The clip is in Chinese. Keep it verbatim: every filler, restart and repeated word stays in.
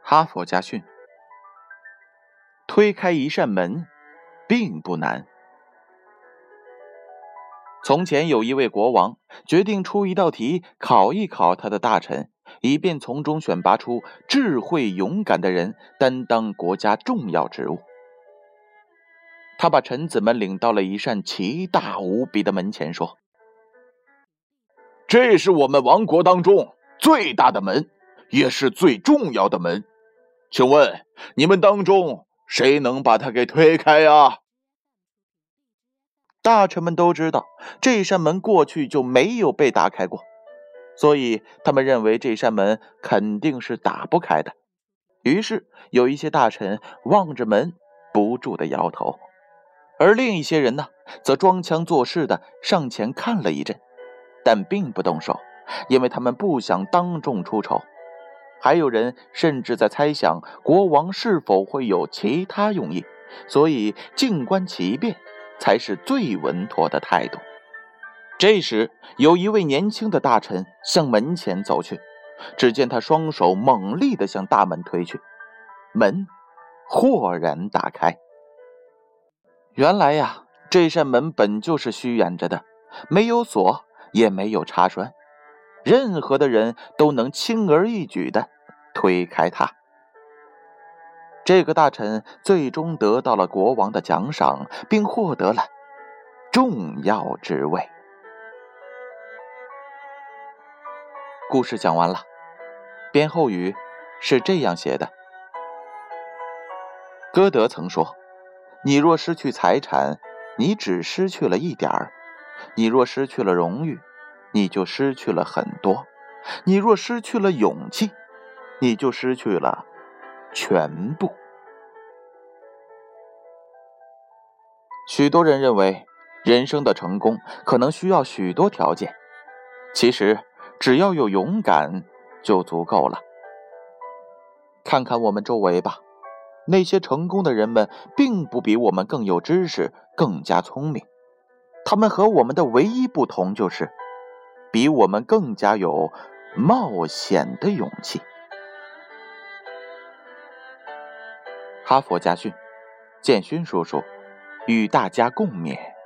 哈佛家训：推开一扇门并不难。从前有一位国王决定出一道题考一考他的大臣，以便从中选拔出智慧勇敢的人担当国家重要职务。他把臣子们领到了一扇奇大无比的门前，说： 这是我们王国当中最大的门，也是最重要的门，请问你们当中谁能把它给推开啊？ 大臣们都知道这扇门过去就没有被打开过，所以他们认为这扇门肯定是打不开的。于是有一些大臣望着门不住地摇头，而另一些人呢，则装腔作势地上前看了一阵，但并不动手，因为他们不想当众出丑。还有人甚至在猜想国王是否会有其他用意，所以静观其变才是最稳妥的态度。这时有一位年轻的大臣向门前走去，只见他双手猛力地向大门推去，门豁然打开。原来呀，这扇门本就是虚掩着的，没有锁，也没有插栓，任何的人都能轻而易举地推开它。这个大臣最终得到了国王的奖赏，并获得了重要职位。故事讲完了，编后语是这样写的：歌德曾说，你若失去财产，你只失去了一点儿；你若失去了荣誉，你就失去了很多；你若失去了勇气，你就失去了全部。许多人认为人生的成功可能需要许多条件，其实只要有勇敢就足够了。看看我们周围吧，那些成功的人们并不比我们更有知识，更加聪明，他们和我们的唯一不同就是比我们更加有冒险的勇气。哈佛家训，建勋叔叔与大家共勉。